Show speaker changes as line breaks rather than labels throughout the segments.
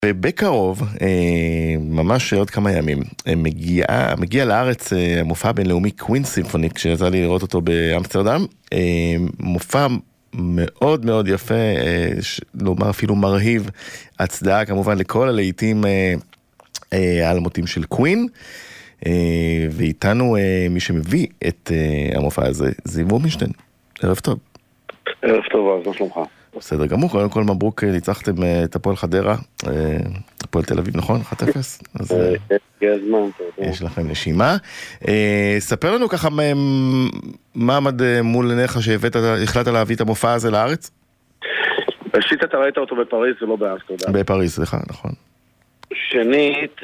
ובקרוב, ממש עוד כמה ימים, מגיע לארץ המופע הבינלאומי קווין סימפוני, כשיצא לי לראות אותו באמסטרדם, מופע מאוד מאוד יפה, לומר אפילו מרהיב, הצדעה כמובן לכל הלהיטים האלמותים של קווין, ואיתנו מי שמביא את המופע הזה, זיו רובינשטיין. ערב טוב.
ערב טוב, אז מה שלומך?
בסדר גמור, קודם כל מברוק, ניצחתם את הפועל חדרה, הפועל תל אביב, נכון? 1-0? אז יש לכם נשימה. ספר לנו ככה מה עמד מול עיניך שהחלטת להביא את המופע הזה לארץ?
ראשית, אתה ראית אותו בפריז ולא באמסטרדם.
בפריז, סליחה, נכון.
שנית,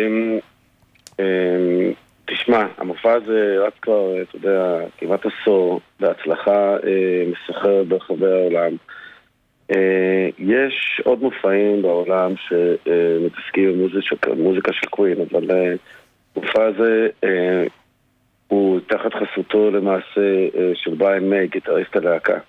תשמע, המופע הזה רץ כבר, אתה יודע, כמעט עשור, בהצלחה מסחררת ברחבי העולם. יש עוד מופעים בעולם שמתעסקים במוזיקה של קווין, אבל המופע הזה הוא תחת חסותו למעשה של בריאן מיי, גיטריסט הלהקה.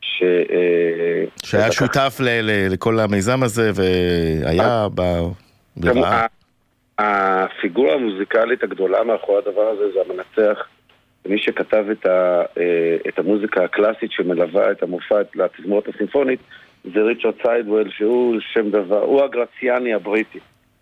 שהיה שותף לכל המיזם הזה והיה ברעה.
הפיגורה המוזיקלית הגדולה מאחורי הדבר הזה זה המנצח, מי שכתב את המוזיקה הקלאסית שמלווה את המופע לתזמורת הסימפונית, זה ריצ'רד סיידוול, שהוא שם דבר, הוא הגרציאני הבריטי.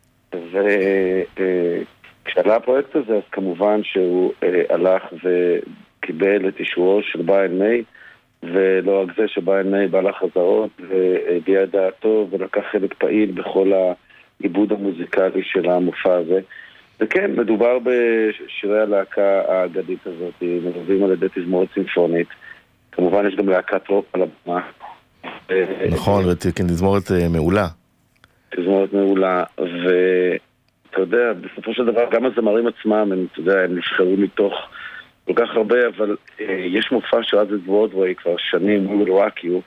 וכשעלה הפרויקט הזה, אז כמובן שהוא הלך וקיבל את אישורו של בריאן מיי, ולא רק זה שבריאן מיי בא לחזרות והביע את דעתו ולקח חלק פעיל בכל העיבוד המוזיקלי של המופע הזה. וכן, מדובר בשירי הלהקה האגדית הזאת, מלווים על ידי תזמורת סימפונית. כמובן יש גם להקת רוק על הבמה.
נכון, תזמורת מעולה.
תזמורת מעולה, ואתה יודע, בסופו של דבר גם הזמרים עצמם, הם נבחרו מתוך כל כך הרבה, אבל יש מופע שרץ את ברודווי כבר שנים, We Will Rock You,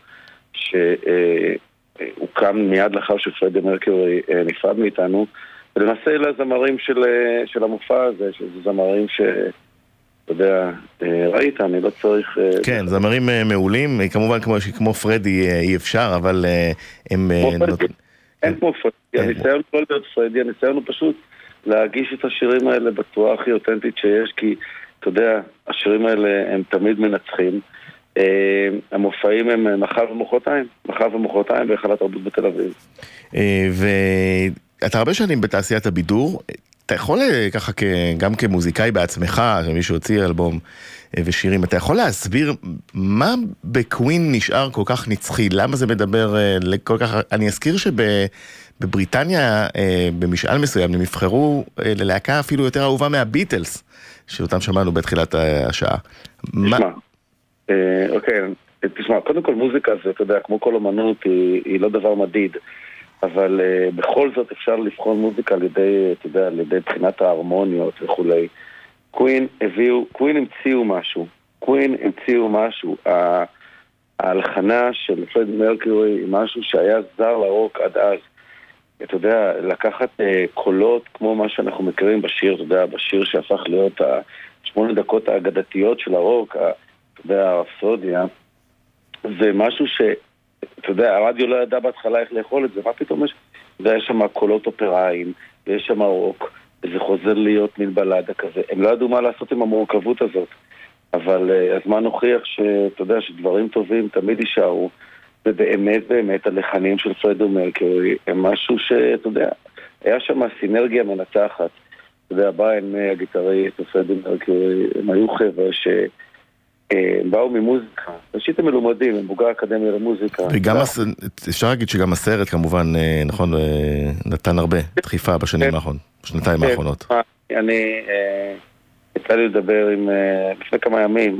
שהוקם מיד לאחר שפרדי מרקיורי נפרד מאיתנו, ולמעשה אלה הזמרים של המופע הזה, שזה זמרים אתה יודע, ראית, אני לא צריך...
כן, זמרים מעולים, כמובן כמו פרדי אי אפשר, אבל הם...
אין כמו פרדי, הניסיון לא להיות פרדי, הניסיון הוא פשוט להגיש את השירים האלה בצורה הכי אותנטית שיש, כי אתה יודע, השירים האלה הם תמיד מנצחים, המופעים הם מחר ומחרתיים בהיכל התרבות בתל אביב.
ואתה הרבה שנים בתעשיית הבידור, אתה יכול ככה גם כמוזיקאי בעצמך, שמישהו הוציא אלבום ושירים, אתה יכול להסביר מה בקווין נשאר כל כך נצחי, למה זה מדבר כל כך... אני אזכיר שבבריטניה, במשאל מסוים, הם נבחרו ללהקה אפילו יותר אהובה מהביטלס, שאותם שמענו בתחילת השעה.
אוקיי, תשמע, קודם כל מוזיקה זה, אתה יודע, כמו כל אומנות, היא לא דבר מדיד. אבל בכל זאת אפשר לבחון מוזיקה על ידי, אתה יודע, על ידי בחינת ההרמוניות וכולי. קווין המציאו משהו. ההלחנה של פרדי מרקיורי היא משהו שהיה זר לרוק עד אז. אתה יודע, לקחת קולות כמו מה שאנחנו מכירים בשיר, אתה יודע, בשיר שהפך להיות 8 דקות האגדתיות של הרוק, אתה יודע, הרפסודיה, זה משהו אתה יודע, הרדיו לא ידע בהתחלה איך לאכול את זה, מה פתאום יש? אתה יודע, יש שם קולות אופראיים, ויש שם רוק, וזה חוזר להיות מין בלדה כזה. הם לא ידעו מה לעשות עם המורכבות הזאת, אבל הזמן הוכיח שאתה יודע, שדברים טובים תמיד יישארו, ובאמת הלחנים של פרדי מרקיורי הם משהו שאתה יודע, היה שם סינרגיה מנצחת. אתה יודע, בריאן מיי, הגיטריסט, פרדי מרקיורי, הם היו חבר'ה הם באו ממוזיקה, ראשית הם מלומדים, הם בוגרי אקדמיה למוזיקה.
וגם, אפשר להגיד שגם הסרט כמובן, נכון, נתן הרבה דחיפה בשנתיים האחרונות.
אני יצא לי לדבר לפני כמה ימים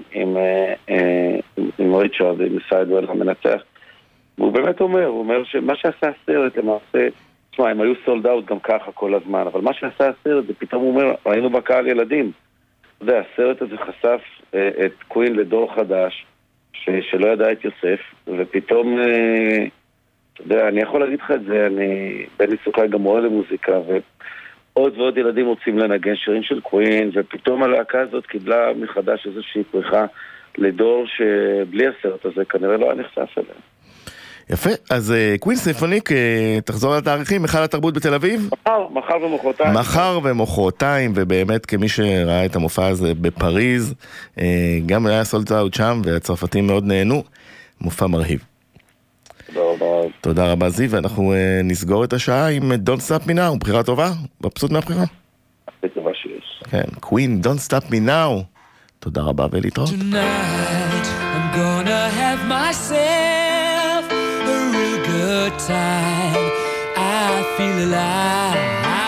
עם ריצ'רד, עם סיידוול המנצח, והוא באמת הוא אומר שמה שעשה הסרט למעשה, תשמע, הם היו סולד אאוט גם ככה כל הזמן, אבל מה שעשה הסרט זה פתאום הוא אומר, ראינו בקהל ילדים. אתה יודע, הסרט הזה חשף את קווין לדור חדש שלא ידע את יוסף, ופתאום, אתה יודע, אני יכול להגיד לך את זה, אני בן עיסוקי גם מורה למוזיקה, ועוד ועוד ילדים רוצים לנגן שירים של קווין, ופתאום הלהקה הזאת קיבלה מחדש איזושהי פריחה לדור שבלי הסרט הזה כנראה לא היה נחשף אליה.
יפה, אז קווין סימפוניק, תחזור לתאריכים, מחר התרבות בתל אביב?
מחר ומחרתיים.
מחר ומחרתיים, ובאמת כמי שראה את המופע הזה בפריז, גם היה סולד אאוט שם, והצרפתים מאוד נהנו, מופע מרהיב. תודה רבה זיו, ואנחנו נסגור את השעה עם Don't Stop Me Now, בחירה טובה? מבסוט מהבחירה?
הכי טובה שיש.
כן, קווין, Don't Stop Me Now. תודה רבה ולהתראות.
Tonight I'm gonna have myself a real good time. I feel alive.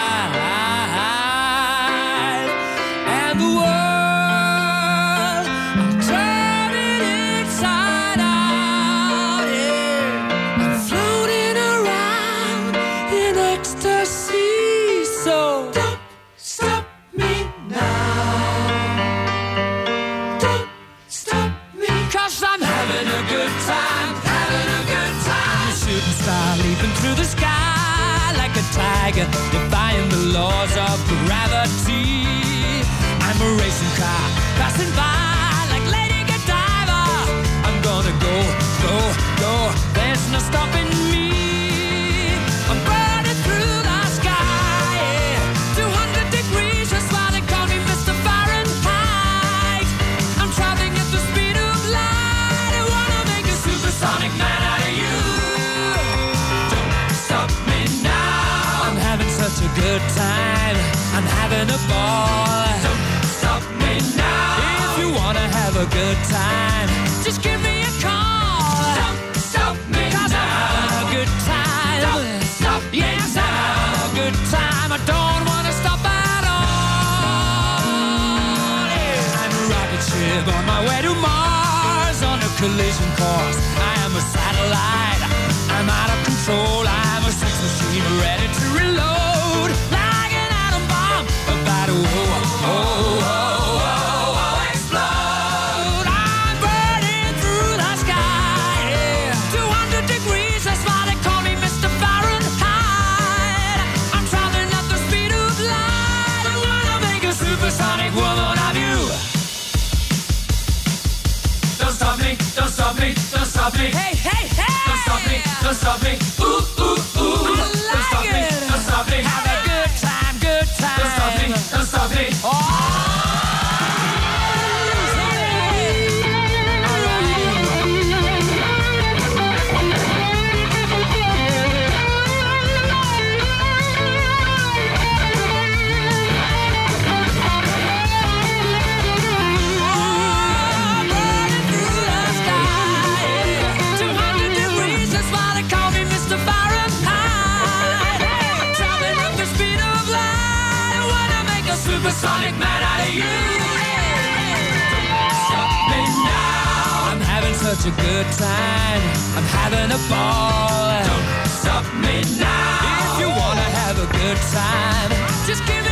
And the world, I'm turning inside out. Yeah. I'm floating around in ecstasy. So don't stop me now. Don't stop me. 'Cause I'm having a good time, having a good time. A shooting star leaping through the sky like a tiger, defying the laws of gravity. I'm a racing car passing by like Lady Godiva. I'm gonna go, go, go. There's no stopping me. I'm burning through the sky, yeah. 200 degrees, that's why they call me Mr. Fahrenheit. I'm traveling at the speed of light. I wanna make a supersonic man out of you. Don't stop me now. I'm having such a good time. I'm having a ball. Don't stop me now. If you wanna have a good time, just give me a call. Don't stop me 'cause now. I'm having a good time. Don't stop me yes, now. I'm having a good time. I don't wanna stop at all. Yeah. I'm a rocket ship on my way to Mars on a collision course. I am a satellite. I'm out of control. I'm a sex machine ready to reload like an atom bomb about to explode. I'm burning through the sky, yeah. 200 degrees, that's why they call me Mr. Fahrenheit. I'm traveling at the speed of light. I wanna make a supersonic woman of you. Don't stop me, don't stop me, don't stop me. Hey, hey, hey! Don't stop me, don't stop me. Ooh, ooh, ooh. I like don't stop it. Me, don't stop me. Have a good time, good time. Don't stop me, don't stop me. Oh! Supersonic man out of you. Stop me now. I'm having such a good time. I'm having a ball. Don't stop me now. If you wanna have a good time, just give